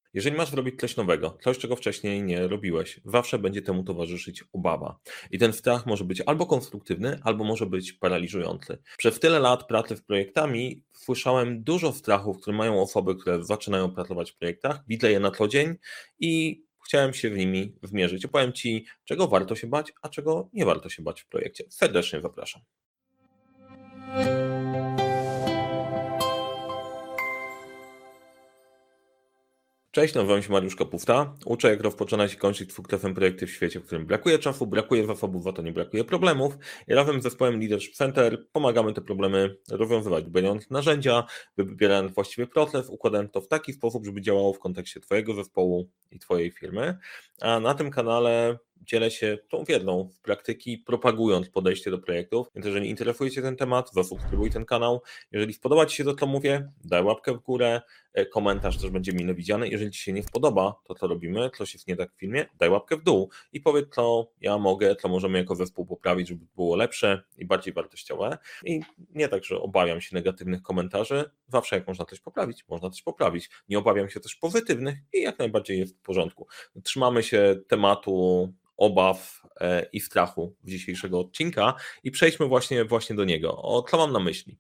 Jeżeli masz robić coś nowego, coś, czego wcześniej nie robiłeś, zawsze będzie temu towarzyszyć obawa. I ten strach może być albo konstruktywny, albo może być paraliżujący. Przez tyle lat pracy w projektami słyszałem dużo strachów, które mają osoby, które zaczynają pracować w projektach. Widzę je na co dzień i chciałem się w nimi wmierzyć. Opowiem Ci, czego warto się bać, a czego nie warto się bać w projekcie. Serdecznie zapraszam. Cześć, nazywam się Mariusz Kapufta. Uczę, jak rozpoczynać i kończyć sukcesem projekty w świecie, w którym brakuje czasu, brakuje zasobów, za to nie brakuje problemów. I razem z zespołem Leadership Center pomagamy te problemy rozwiązywać, wybierając narzędzia, wybierając właściwy proces, układając to w taki sposób, żeby działało w kontekście Twojego zespołu i Twojej firmy. A na tym kanale dzielę się tą wiedzą z praktyki, propagując podejście do projektów. Więc jeżeli interesuje Cię ten temat, zasubskrybuj ten kanał. Jeżeli spodoba Ci się to, co mówię, daj łapkę w górę. Komentarz też będzie mile widziany. Jeżeli Ci się nie spodoba to, co robimy, coś jest nie tak w filmie, daj łapkę w dół i powiedz, co ja mogę, co możemy jako zespół poprawić, żeby było lepsze i bardziej wartościowe. I nie tak, że obawiam się negatywnych komentarzy. Zawsze jak można coś poprawić, można coś poprawić. Nie obawiam się też pozytywnych i jak najbardziej jest w porządku. Trzymamy się tematu obaw i strachu w dzisiejszego odcinka i przejdźmy właśnie do niego. O co mam na myśli?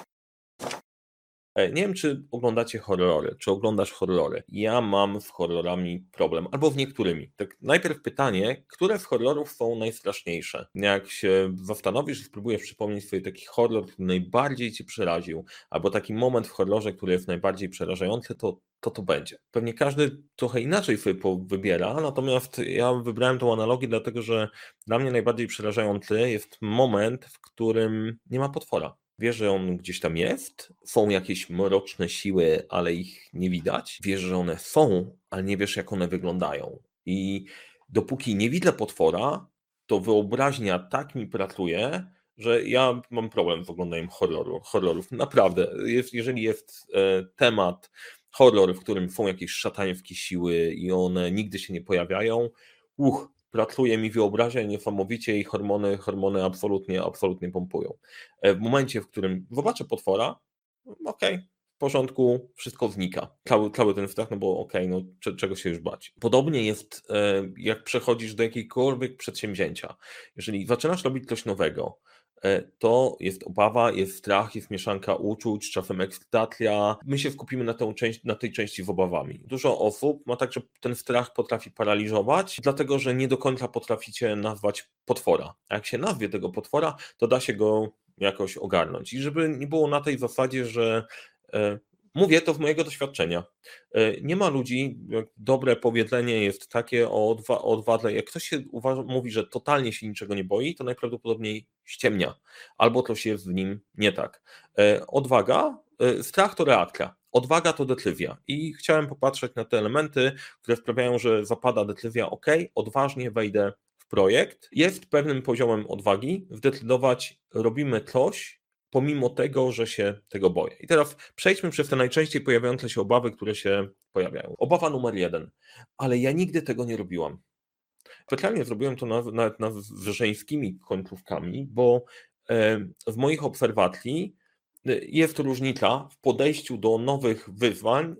Nie wiem, czy oglądacie horrory, czy oglądasz horrory. Ja mam z horrorami problem, albo z niektórymi. Tak najpierw pytanie, które z horrorów są najstraszniejsze? Jak się zastanowisz i spróbujesz przypomnieć sobie taki horror, który najbardziej cię przeraził, albo taki moment w horrorze, który jest najbardziej przerażający, to będzie. Pewnie każdy trochę inaczej sobie wybiera, natomiast ja wybrałem tą analogię, dlatego że dla mnie najbardziej przerażający jest moment, w którym nie ma potwora. Wiesz, że on gdzieś tam jest, są jakieś mroczne siły, ale ich nie widać. Wiesz, że one są, ale nie wiesz, jak one wyglądają. I dopóki nie widzę potwora, to wyobraźnia tak mi pracuje, że ja mam problem z oglądaniem horrorów. Naprawdę, jeżeli jest temat horror, w którym są jakieś szatańskie siły i one nigdy się nie pojawiają, pracuje mi wyobraźnia niesamowicie i hormony absolutnie pompują. W momencie, w którym zobaczę potwora, okej, w porządku, wszystko znika. Cały ten strach, no bo no czego się już bać. Podobnie jest, jak przechodzisz do jakiejkolwiek przedsięwzięcia. Jeżeli zaczynasz robić coś nowego, to jest obawa, jest strach, jest mieszanka uczuć, czasem ekscytacja. My się skupimy na tej części z obawami. Dużo osób ma tak, że ten strach potrafi paraliżować, dlatego że nie do końca potraficie nazwać potwora. A jak się nazwie tego potwora, to da się go jakoś ogarnąć. I żeby nie było na tej zasadzie, że mówię to z mojego doświadczenia. Nie ma ludzi, dobre powiedzenie jest takie o odwadze, jak ktoś się mówi, że totalnie się niczego nie boi, to najprawdopodobniej ściemnia, albo coś jest w nim nie tak. Odwaga, strach to reakcja, odwaga to decyzja i chciałem popatrzeć na te elementy, które sprawiają, że zapada decyzja, odważnie wejdę w projekt, jest pewnym poziomem odwagi zdecydować, robimy coś, pomimo tego, że się tego boję. I teraz przejdźmy przez te najczęściej pojawiające się obawy, które się pojawiają. Obawa numer 1. Ale ja nigdy tego nie robiłam. Specjalnie zrobiłem to nawet z żeńskimi końcówkami, bo w moich obserwacji jest różnica w podejściu do nowych wyzwań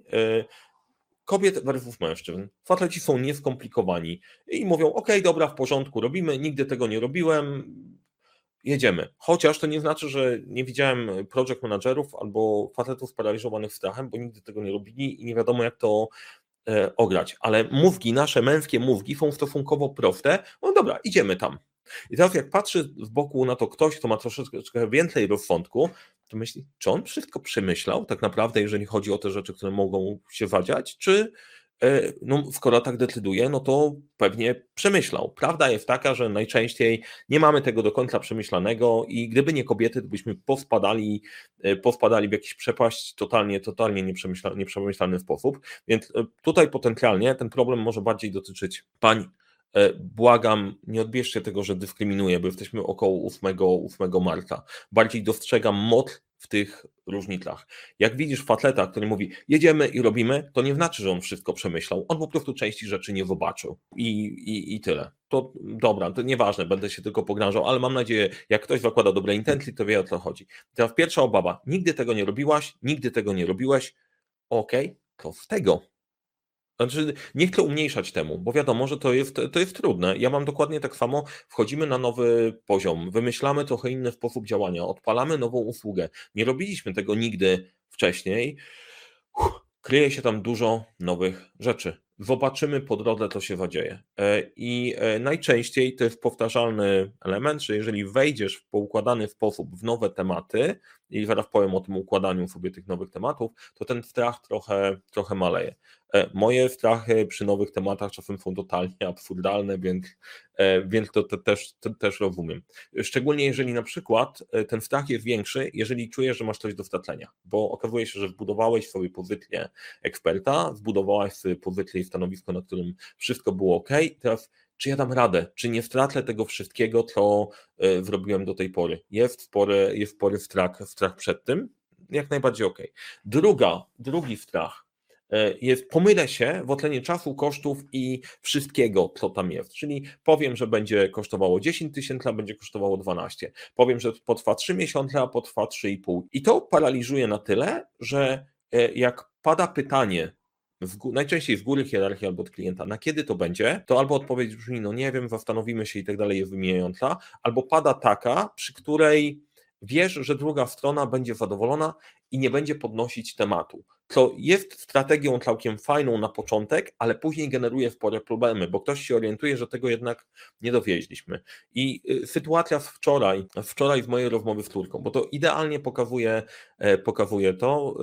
kobiet versus mężczyzn. Faceci są nieskomplikowani i mówią, dobra, w porządku, robimy, nigdy tego nie robiłem, jedziemy. Chociaż to nie znaczy, że nie widziałem project managerów albo facetów sparaliżowanych strachem, bo nigdy tego nie robili i nie wiadomo, jak to ograć. Ale mózgi, nasze męskie mózgi są stosunkowo proste. No dobra, idziemy tam. I teraz jak patrzy z boku na to ktoś, kto ma troszeczkę więcej rozsądku, to myśli, czy on wszystko przemyślał tak naprawdę, jeżeli chodzi o te rzeczy, które mogą się zadziać, czy no, skoro tak decyduje, no to pewnie przemyślał. Prawda jest taka, że najczęściej nie mamy tego do końca przemyślanego i gdyby nie kobiety, to byśmy pospadali w jakiś przepaść totalnie nieprzemyślany sposób. Więc tutaj potencjalnie ten problem może bardziej dotyczyć pań. Błagam, nie odbierzcie tego, że dyskryminuję, bo jesteśmy około 8 marca. Bardziej dostrzegam moc w tych różnicach. Jak widzisz faceta, który mówi jedziemy i robimy, to nie znaczy, że on wszystko przemyślał. On po prostu części rzeczy nie zobaczył. I tyle. To dobra, to nieważne, będę się tylko pogrążał, ale mam nadzieję, jak ktoś zakłada dobre intencje, to wie, o co chodzi. Teraz pierwsza obawa. Nigdy tego nie robiłaś, nigdy tego nie robiłeś. To z tego. Znaczy, nie chcę umniejszać temu, bo wiadomo, że to jest trudne. Ja mam dokładnie tak samo. Wchodzimy na nowy poziom, wymyślamy trochę inny sposób działania, odpalamy nową usługę. Nie robiliśmy tego nigdy wcześniej. Kryje się tam dużo nowych rzeczy. Zobaczymy po drodze, co się zadzieje. I najczęściej to jest powtarzalny element, że jeżeli wejdziesz w poukładany sposób w nowe tematy, i zaraz powiem o tym układaniu sobie tych nowych tematów, to ten strach trochę maleje. Moje strachy przy nowych tematach czasem są totalnie absurdalne, więc to też rozumiem. Szczególnie jeżeli na przykład ten strach jest większy, jeżeli czujesz, że masz coś do stracenia, bo okazuje się, że wbudowałeś sobie pozycję eksperta, zbudowałaś sobie pozycję i stanowisko, na którym wszystko było ok. Teraz czy ja dam radę, czy nie stracę tego wszystkiego, co zrobiłem do tej pory. Jest spory strach przed tym, jak najbardziej ok. Drugi strach jest, pomylę się w ocenie czasu, kosztów i wszystkiego, co tam jest. Czyli powiem, że będzie kosztowało 10 000, a będzie kosztowało 12. Powiem, że potrwa 3 miesiące, a potrwa 3,5. I to paraliżuje na tyle, że jak pada pytanie, najczęściej z góry hierarchii albo od klienta, na kiedy to będzie, to albo odpowiedź brzmi, no nie wiem, zastanowimy się i tak dalej, jest wymijająca, albo pada taka, przy której wiesz, że druga strona będzie zadowolona i nie będzie podnosić tematu. Co jest strategią całkiem fajną na początek, ale później generuje spore problemy, bo ktoś się orientuje, że tego jednak nie dowieźliśmy. I sytuacja z wczoraj z mojej rozmowy z córką, bo to idealnie pokazuje to.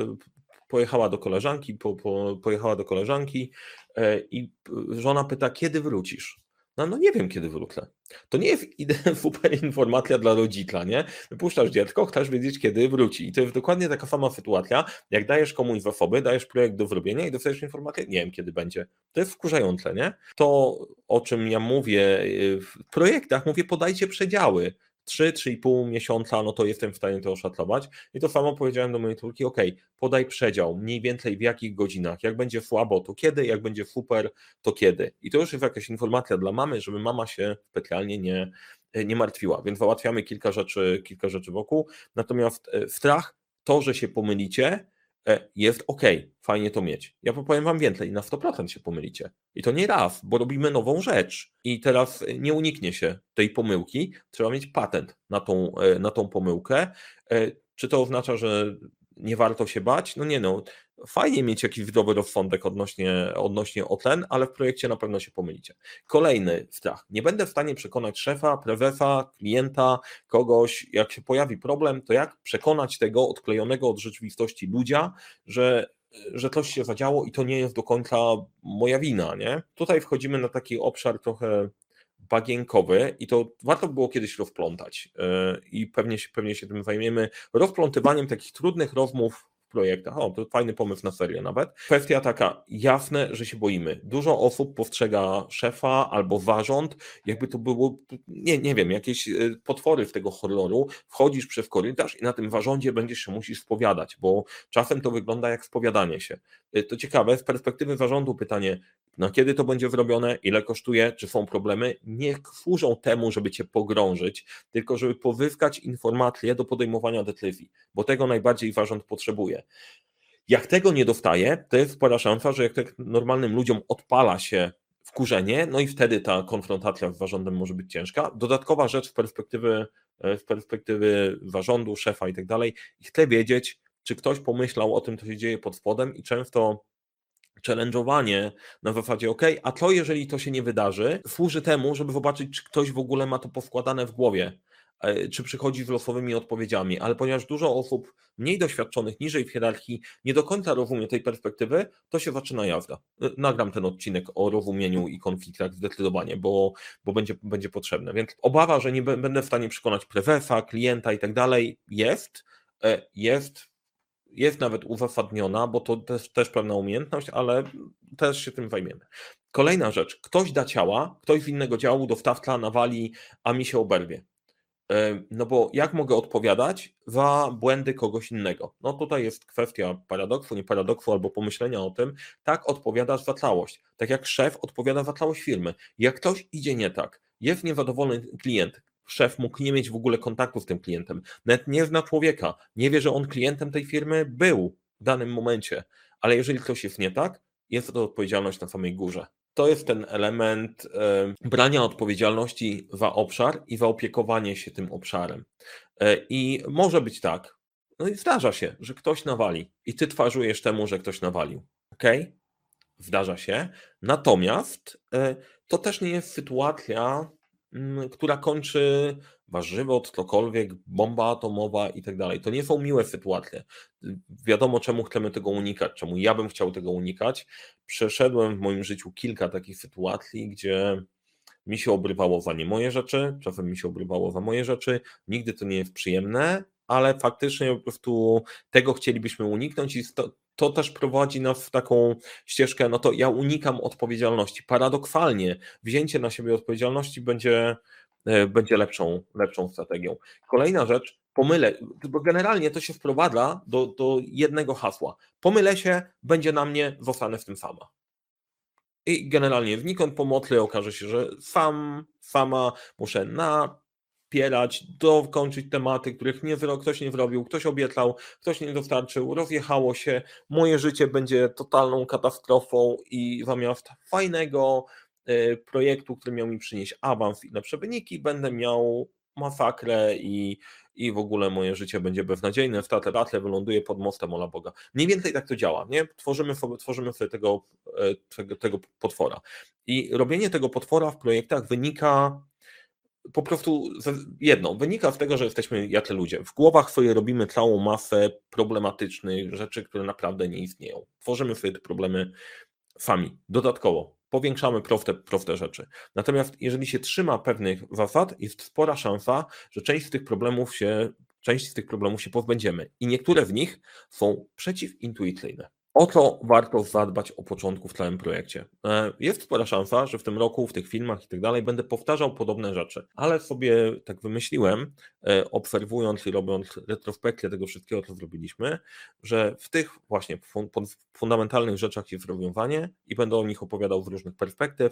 Pojechała do koleżanki i żona pyta, kiedy wrócisz? No nie wiem, kiedy wrócę. To nie jest super informacja dla rodzica, nie? Wypuszczasz dziecko, chcesz wiedzieć, kiedy wróci. I to jest dokładnie taka sama sytuacja, jak dajesz komuś zasoby, dajesz projekt do zrobienia i dostajesz informację, nie wiem, kiedy będzie. To jest wkurzające, nie? To, o czym ja mówię w projektach, mówię, podajcie przedziały. 3,5 miesiąca, no to jestem w stanie to oszacować. I to samo powiedziałem do mojej córki, ok, podaj przedział, mniej więcej w jakich godzinach, jak będzie słabo, to kiedy, jak będzie super, to kiedy. I to już jest jakaś informacja dla mamy, żeby mama się specjalnie nie martwiła, więc załatwiamy kilka rzeczy wokół, natomiast strach, to, że się pomylicie, jest ok, fajnie to mieć. Ja powiem wam więcej, na 100% się pomylicie. I to nie raz, bo robimy nową rzecz. I teraz nie uniknie się tej pomyłki, trzeba mieć patent na tą pomyłkę. Czy to oznacza, że nie warto się bać? No nie, no fajnie mieć jakiś zdrowy rozsądek odnośnie ocen, ale w projekcie na pewno się pomylicie. Kolejny strach. Nie będę w stanie przekonać szefa, prezesa, klienta, kogoś, jak się pojawi problem, to jak przekonać tego odklejonego od rzeczywistości ludzia, że coś się zadziało i to nie jest do końca moja wina, nie? Tutaj wchodzimy na taki obszar trochę bagienkowy i to warto było kiedyś rozplątać i pewnie się tym zajmiemy, rozplątywaniem takich trudnych rozmów w projektach. O, to fajny pomysł na serię nawet. Kwestia taka, jasne, że się boimy. Dużo osób postrzega szefa albo zarząd, jakby to było, nie wiem, jakieś potwory z tego horroru. Wchodzisz przez korytarz i na tym zarządzie musisz spowiadać, bo czasem to wygląda jak spowiadanie się. To ciekawe, z perspektywy zarządu pytanie, na kiedy to będzie zrobione, ile kosztuje, czy są problemy, nie służą temu, żeby cię pogrążyć, tylko żeby pozyskać informacje do podejmowania decyzji, bo tego najbardziej zarząd potrzebuje. Jak tego nie dostaje, to jest spora szansa, że jak tak normalnym ludziom odpala się wkurzenie, no i wtedy ta konfrontacja z zarządem może być ciężka. Dodatkowa rzecz z perspektywy zarządu, szefa i tak dalej, i chcę wiedzieć, czy ktoś pomyślał o tym, co się dzieje pod spodem i często challenge'owanie na zasadzie OK, a co jeżeli to się nie wydarzy, służy temu, żeby zobaczyć, czy ktoś w ogóle ma to poskładane w głowie, czy przychodzi z losowymi odpowiedziami, ale ponieważ dużo osób mniej doświadczonych, niżej w hierarchii, nie do końca rozumie tej perspektywy, to się zaczyna jazda. Nagram ten odcinek o rozumieniu i konfliktach zdecydowanie, bo będzie potrzebne. Więc obawa, że nie będę w stanie przekonać prezesa, klienta i tak dalej, jest nawet uzasadniona, bo to też pewna umiejętność, ale też się tym zajmiemy. Kolejna rzecz, ktoś da ciała, ktoś z innego działu, dostawca nawali, a mi się oberwie. No bo jak mogę odpowiadać za błędy kogoś innego? No tutaj jest kwestia paradoksu, nie paradoksu, albo pomyślenia o tym, tak odpowiadasz za całość. Tak jak szef odpowiada za całość firmy. Jak ktoś idzie nie tak, jest niezadowolony klient, szef mógł nie mieć w ogóle kontaktu z tym klientem, nawet nie zna człowieka, nie wie, że on klientem tej firmy był w danym momencie, ale jeżeli coś jest nie tak, jest to odpowiedzialność na samej górze. To jest ten element brania odpowiedzialności za obszar i zaopiekowanie się tym obszarem. I może być tak, no i zdarza się, że ktoś nawali i ty twarzujesz temu, że ktoś nawalił. Ok? Zdarza się. Natomiast to też nie jest sytuacja, która kończy wasz żywot, cokolwiek, bomba atomowa i tak dalej. To nie są miłe sytuacje. Wiadomo, czemu chcemy tego unikać, czemu ja bym chciał tego unikać. Przeszedłem w moim życiu kilka takich sytuacji, gdzie mi się obrywało za nie moje rzeczy, czasem mi się obrywało za moje rzeczy. Nigdy to nie jest przyjemne, ale faktycznie po prostu tego chcielibyśmy uniknąć i to też prowadzi nas w taką ścieżkę, no to ja unikam odpowiedzialności. Paradoksalnie wzięcie na siebie odpowiedzialności będzie lepszą strategią. Kolejna rzecz, pomylę, bo generalnie to się wprowadza do jednego hasła. Pomylę się, będzie na mnie, zostanę z tym sama. I generalnie wnikąd pomocy okaże się, że sama muszę napierać, dokończyć tematy, których ktoś nie zrobił, ktoś obiecał, ktoś nie dostarczył, rozjechało się, moje życie będzie totalną katastrofą i zamiast fajnego projektu, który miał mi przynieść awans i lepsze wyniki, będę miał masakrę i w ogóle moje życie będzie beznadziejne, w tatle wyląduję pod mostem ola Boga. Mniej więcej tak to działa, nie? Tworzymy sobie tego potwora. I robienie tego potwora w projektach wynika po prostu wynika z tego, że jesteśmy jacy ludzie. W głowach sobie robimy całą masę problematycznych rzeczy, które naprawdę nie istnieją. Tworzymy sobie te problemy sami. Dodatkowo powiększamy proste rzeczy. Natomiast jeżeli się trzyma pewnych zasad, jest spora szansa, że część z tych problemów się pozbędziemy. I niektóre z nich są przeciwintuicyjne. O co warto zadbać o początku w całym projekcie? Jest spora szansa, że w tym roku, w tych filmach i tak dalej będę powtarzał podobne rzeczy, ale sobie tak wymyśliłem, obserwując i robiąc retrospekcję tego wszystkiego, co zrobiliśmy, że w tych właśnie fundamentalnych rzeczach jest rozwiązanie i będę o nich opowiadał z różnych perspektyw,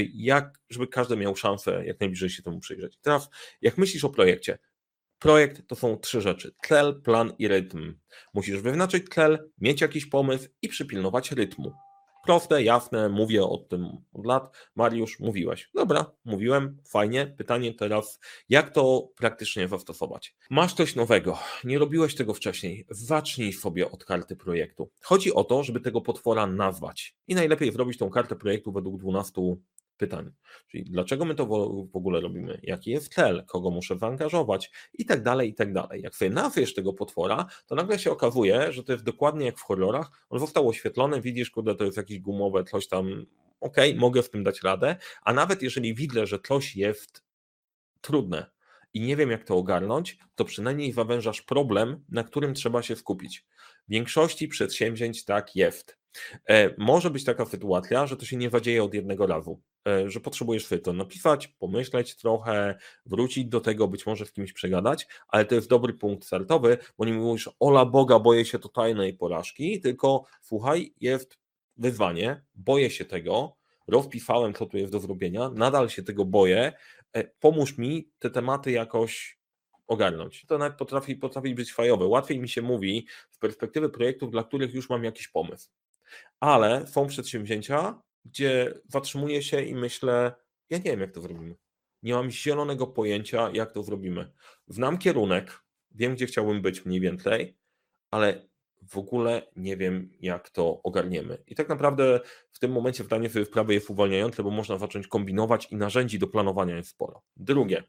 żeby każdy miał szansę jak najbliżej się temu przyjrzeć. Teraz, jak myślisz o projekcie, projekt to są 3 rzeczy: cel, plan i rytm. Musisz wyznaczyć cel, mieć jakiś pomysł i przypilnować rytmu. Proste, jasne, mówię o tym od lat. Mariusz, mówiłeś. Dobra, mówiłem, fajnie. Pytanie teraz, jak to praktycznie zastosować? Masz coś nowego, nie robiłeś tego wcześniej, zacznij sobie od karty projektu. Chodzi o to, żeby tego potwora nazwać. I najlepiej zrobić tą kartę projektu według 12 pytań. Czyli dlaczego my to w ogóle robimy, jaki jest cel, kogo muszę zaangażować i tak dalej, i tak dalej. Jak sobie nazwiesz tego potwora, to nagle się okazuje, że to jest dokładnie jak w horrorach, on został oświetlony, widzisz, kurde, to jest jakieś gumowe, coś tam, okej, mogę w tym dać radę, a nawet jeżeli widzę, że coś jest trudne i nie wiem, jak to ogarnąć, to przynajmniej zawężasz problem, na którym trzeba się skupić. W większości przedsięwzięć tak jest. Może być taka sytuacja, że to się nie zadzieje od jednego razu, że potrzebujesz sobie to napisać, pomyśleć trochę, wrócić do tego, być może z kimś przegadać, ale to jest dobry punkt startowy, bo nie mówisz, ola Boga, boję się totalnej porażki, tylko słuchaj, jest wyzwanie, boję się tego, rozpisałem, co tu jest do zrobienia, nadal się tego boję, pomóż mi te tematy jakoś ogarnąć. To nawet potrafi być fajowe. Łatwiej mi się mówi z perspektywy projektów, dla których już mam jakiś pomysł. Ale są przedsięwzięcia, gdzie zatrzymuję się i myślę, ja nie wiem, jak to zrobimy. Nie mam zielonego pojęcia, jak to zrobimy. Znam kierunek, wiem, gdzie chciałbym być mniej więcej, ale w ogóle nie wiem, jak to ogarniemy. I tak naprawdę w tym momencie pytanie sobie wprawy jest uwalniające, bo można zacząć kombinować i narzędzi do planowania jest sporo. Drugie,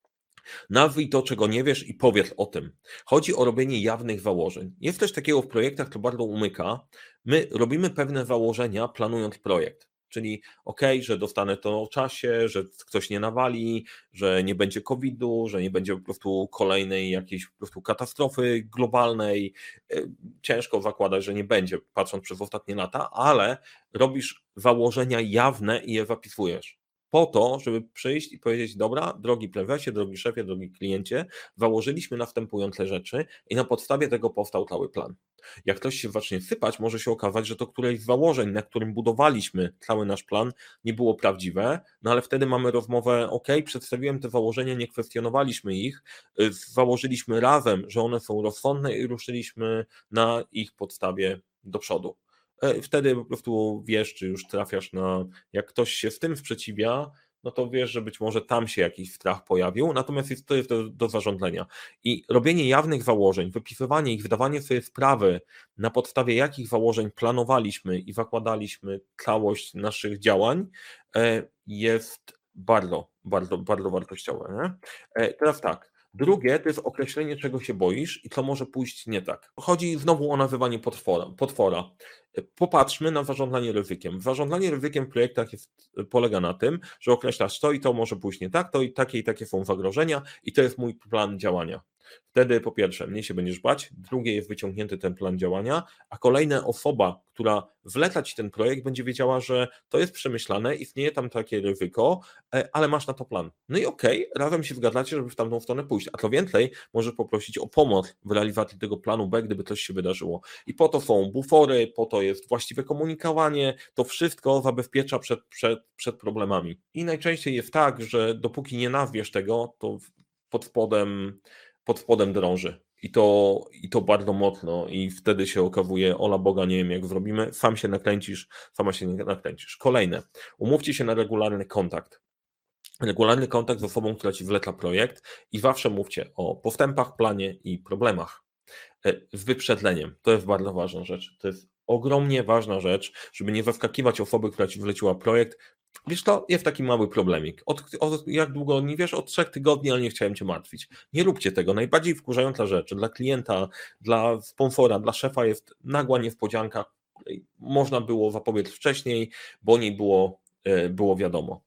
nazwij to, czego nie wiesz i powiedz o tym. Chodzi o robienie jawnych założeń. Jest też takiego w projektach, to bardzo umyka. My robimy pewne założenia, planując projekt. Czyli że dostanę to o czasie, że ktoś nie nawali, że nie będzie COVID-u, że nie będzie po prostu kolejnej jakiejś po prostu katastrofy globalnej. Ciężko zakładać, że nie będzie, patrząc przez ostatnie lata, ale robisz założenia jawne i je zapisujesz po to, żeby przyjść i powiedzieć: dobra, drogi prezesie, drogi szefie, drogi kliencie, założyliśmy następujące rzeczy i na podstawie tego powstał cały plan. Jak ktoś się zacznie sypać, może się okazać, że to któreś z założeń, na którym budowaliśmy cały nasz plan, nie było prawdziwe, no ale wtedy mamy rozmowę: przedstawiłem te założenia, nie kwestionowaliśmy ich, założyliśmy razem, że one są rozsądne i ruszyliśmy na ich podstawie do przodu. wtedy po prostu wiesz, czy już trafiasz jak ktoś się z tym sprzeciwia, no to wiesz, że być może tam się jakiś strach pojawił, natomiast to jest do zarządzania. I robienie jawnych założeń, wypisywanie ich, wydawanie sobie sprawy, na podstawie jakich założeń planowaliśmy i zakładaliśmy całość naszych działań, jest bardzo, bardzo, bardzo wartościowe. Nie? Teraz tak. Drugie to jest określenie, czego się boisz i co może pójść nie tak. Chodzi znowu o nazywanie potwora. Popatrzmy na zarządzanie ryzykiem. Zarządzanie ryzykiem w projektach polega na tym, że określasz to i to może pójść nie tak, to i takie są zagrożenia i to jest mój plan działania. Wtedy po pierwsze mnie się będziesz bać, drugie jest wyciągnięty ten plan działania, a kolejna osoba, która wleca ci ten projekt, będzie wiedziała, że to jest przemyślane, istnieje tam takie ryzyko, ale masz na to plan. No i okej, razem się zgadzacie, żeby w tamtą stronę pójść. A co więcej, możesz poprosić o pomoc w realizacji tego planu B, gdyby coś się wydarzyło. I po to są bufory, po to jest właściwe komunikowanie, to wszystko zabezpiecza przed problemami. I najczęściej jest tak, że dopóki nie nazwiesz tego, to pod spodem, pod spodem drąży. I to bardzo mocno, i wtedy się okazuje, ola Boga, nie wiem jak zrobimy, sam się nakręcisz, sama się nie nakręcisz. Kolejne, umówcie się na regularny kontakt. Regularny kontakt z osobą, która ci wleca projekt i zawsze mówcie o postępach, planie i problemach. Z wyprzedzeniem. To jest bardzo ważna rzecz. To jest ogromnie ważna rzecz, żeby nie zaskakiwać osoby, która ci wleciła projekt. Wiesz to, jest taki mały problemik. Jak długo nie wiesz? Od 3 tygodni, ale nie chciałem cię martwić. Nie róbcie tego. Najbardziej wkurzająca rzecz dla klienta, dla sponsora, dla szefa jest nagła niespodzianka, której można było zapobiec wcześniej, bo o niej było wiadomo.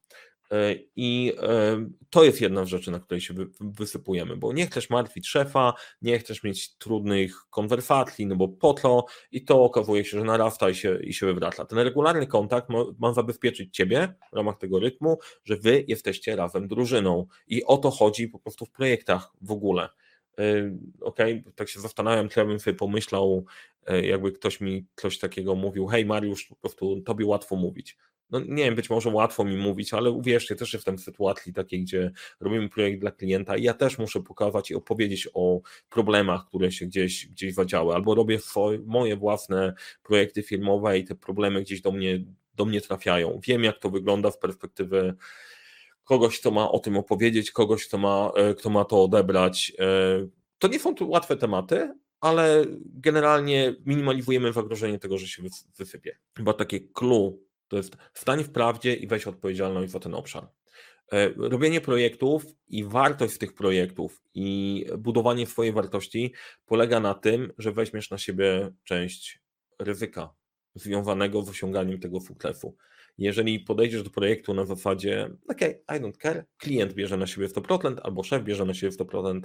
I to jest jedna z rzeczy, na której się wysypujemy, bo nie chcesz martwić szefa, nie chcesz mieć trudnych konwersacji, no bo po co? I to okazuje się, że narasta i się wywraca. Ten regularny kontakt ma zabezpieczyć ciebie w ramach tego rytmu, że wy jesteście razem drużyną i o to chodzi po prostu w projektach w ogóle. Okej, tak się zastanawiam, czy ja bym sobie pomyślał, jakby ktoś mi coś takiego mówił: hej Mariusz, po prostu tobie łatwo mówić. No nie wiem, być może łatwo mi mówić, ale uwierzcie, też jestem w sytuacji takiej, gdzie robimy projekt dla klienta i ja też muszę pokazać i opowiedzieć o problemach, które się gdzieś zadziały, albo robię moje własne projekty filmowe i te problemy gdzieś do mnie trafiają. Wiem, jak to wygląda z perspektywy kogoś, kto ma o tym opowiedzieć, kogoś, kto ma to odebrać. To nie są tu łatwe tematy, ale generalnie minimalizujemy zagrożenie tego, że się wysypie. Chyba takie clue to jest stań w prawdzie i weź odpowiedzialność za ten obszar. Robienie projektów i wartość tych projektów i budowanie swojej wartości polega na tym, że weźmiesz na siebie część ryzyka związanego z osiąganiem tego sukcesu. Jeżeli podejdziesz do projektu na zasadzie OK, I don't care, klient bierze na siebie 100% albo szef bierze na siebie 100%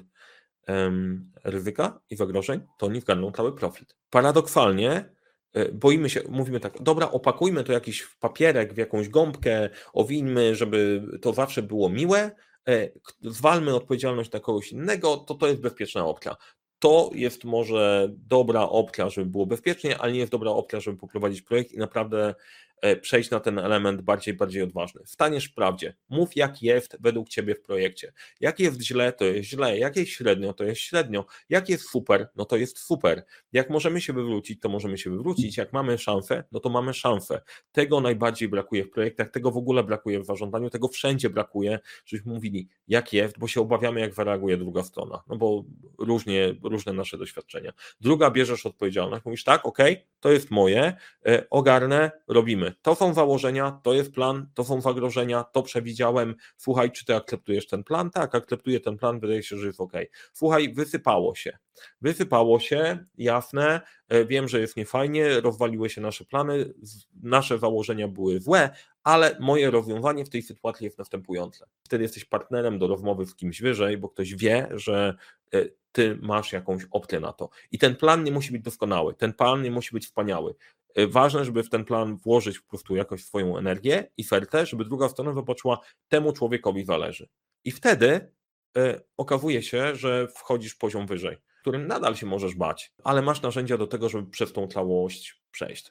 ryzyka i zagrożeń, to oni zgarną cały profit. Paradoksalnie boimy się, mówimy tak, dobra, opakujmy to jakiś papierek w jakąś gąbkę, owinmy, żeby to zawsze było miłe, zwalmy odpowiedzialność na kogoś innego, to jest bezpieczna opcja. To jest może dobra opcja, żeby było bezpiecznie, ale nie jest dobra opcja, żeby poprowadzić projekt i naprawdę przejść na ten element bardziej odważny. Staniesz w prawdzie, mów jak jest według ciebie w projekcie. Jak jest źle, to jest źle, jak jest średnio, to jest średnio, jak jest super, no to jest super. Jak możemy się wywrócić, to możemy się wywrócić, jak mamy szansę, no to mamy szansę. Tego najbardziej brakuje w projektach, tego w ogóle brakuje w zarządzaniu, tego wszędzie brakuje, żebyśmy mówili jak jest, bo się obawiamy, jak zareaguje druga strona, no bo różne nasze doświadczenia. Druga, bierzesz odpowiedzialność, mówisz tak, okej, to jest moje, ogarnę, robimy. To są założenia, to jest plan, to są zagrożenia, to przewidziałem. Słuchaj, czy ty akceptujesz ten plan? Tak, akceptuję ten plan, wydaje się, że jest ok. Słuchaj, wysypało się, jasne, wiem, że jest niefajnie, rozwaliły się nasze plany, nasze założenia były złe, ale moje rozwiązanie w tej sytuacji jest następujące. Wtedy jesteś partnerem do rozmowy z kimś wyżej, bo ktoś wie, że ty masz jakąś opcję na to. I ten plan nie musi być doskonały, ten plan nie musi być wspaniały. Ważne, żeby w ten plan włożyć po prostu jakoś swoją energię i serce, żeby druga strona zobaczyła, temu człowiekowi zależy. I wtedy okazuje się, że wchodzisz poziom wyżej, w którym nadal się możesz bać, ale masz narzędzia do tego, żeby przez tą całość przejść.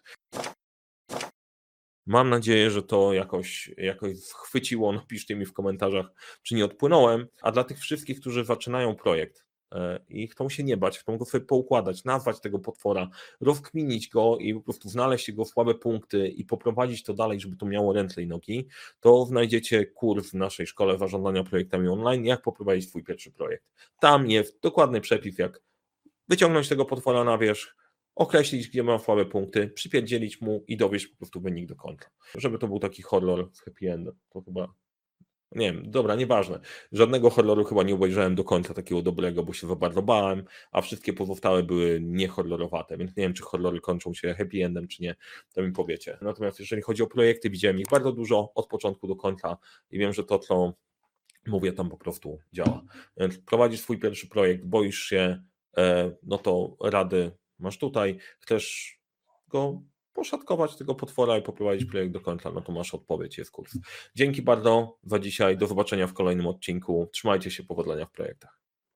Mam nadzieję, że to jakoś schwyciło. Napiszcie mi w komentarzach, czy nie odpłynąłem. A dla tych wszystkich, którzy zaczynają projekt, i chcą się nie bać, chcą go sobie poukładać, nazwać tego potwora, rozkminić go i po prostu znaleźć jego słabe punkty i poprowadzić to dalej, żeby to miało ręce i nogi, to znajdziecie kurs w naszej szkole zarządzania projektami online, jak poprowadzić swój pierwszy projekt. Tam jest dokładny przepis, jak wyciągnąć tego potwora na wierzch, określić, gdzie ma słabe punkty, przypierdzielić mu i dowieść po prostu wynik do końca. Żeby to był taki horror z happy endem, to chyba, nie wiem, dobra, nieważne. Żadnego horroru chyba nie obejrzałem do końca takiego dobrego, bo się za bardzo bałem, a wszystkie pozostałe były niehorrorowate, więc nie wiem, czy horrory kończą się happy endem, czy nie, to mi powiecie. Natomiast jeżeli chodzi o projekty, widziałem ich bardzo dużo od początku do końca i wiem, że to, co mówię, tam po prostu działa. Więc prowadzisz swój pierwszy projekt, boisz się, no to rady masz tutaj, chcesz go poszatkować tego potwora i poprowadzić projekt do końca, no to masz odpowiedź, jest kurs. Dzięki bardzo za dzisiaj, do zobaczenia w kolejnym odcinku, trzymajcie się, powodzenia w projektach.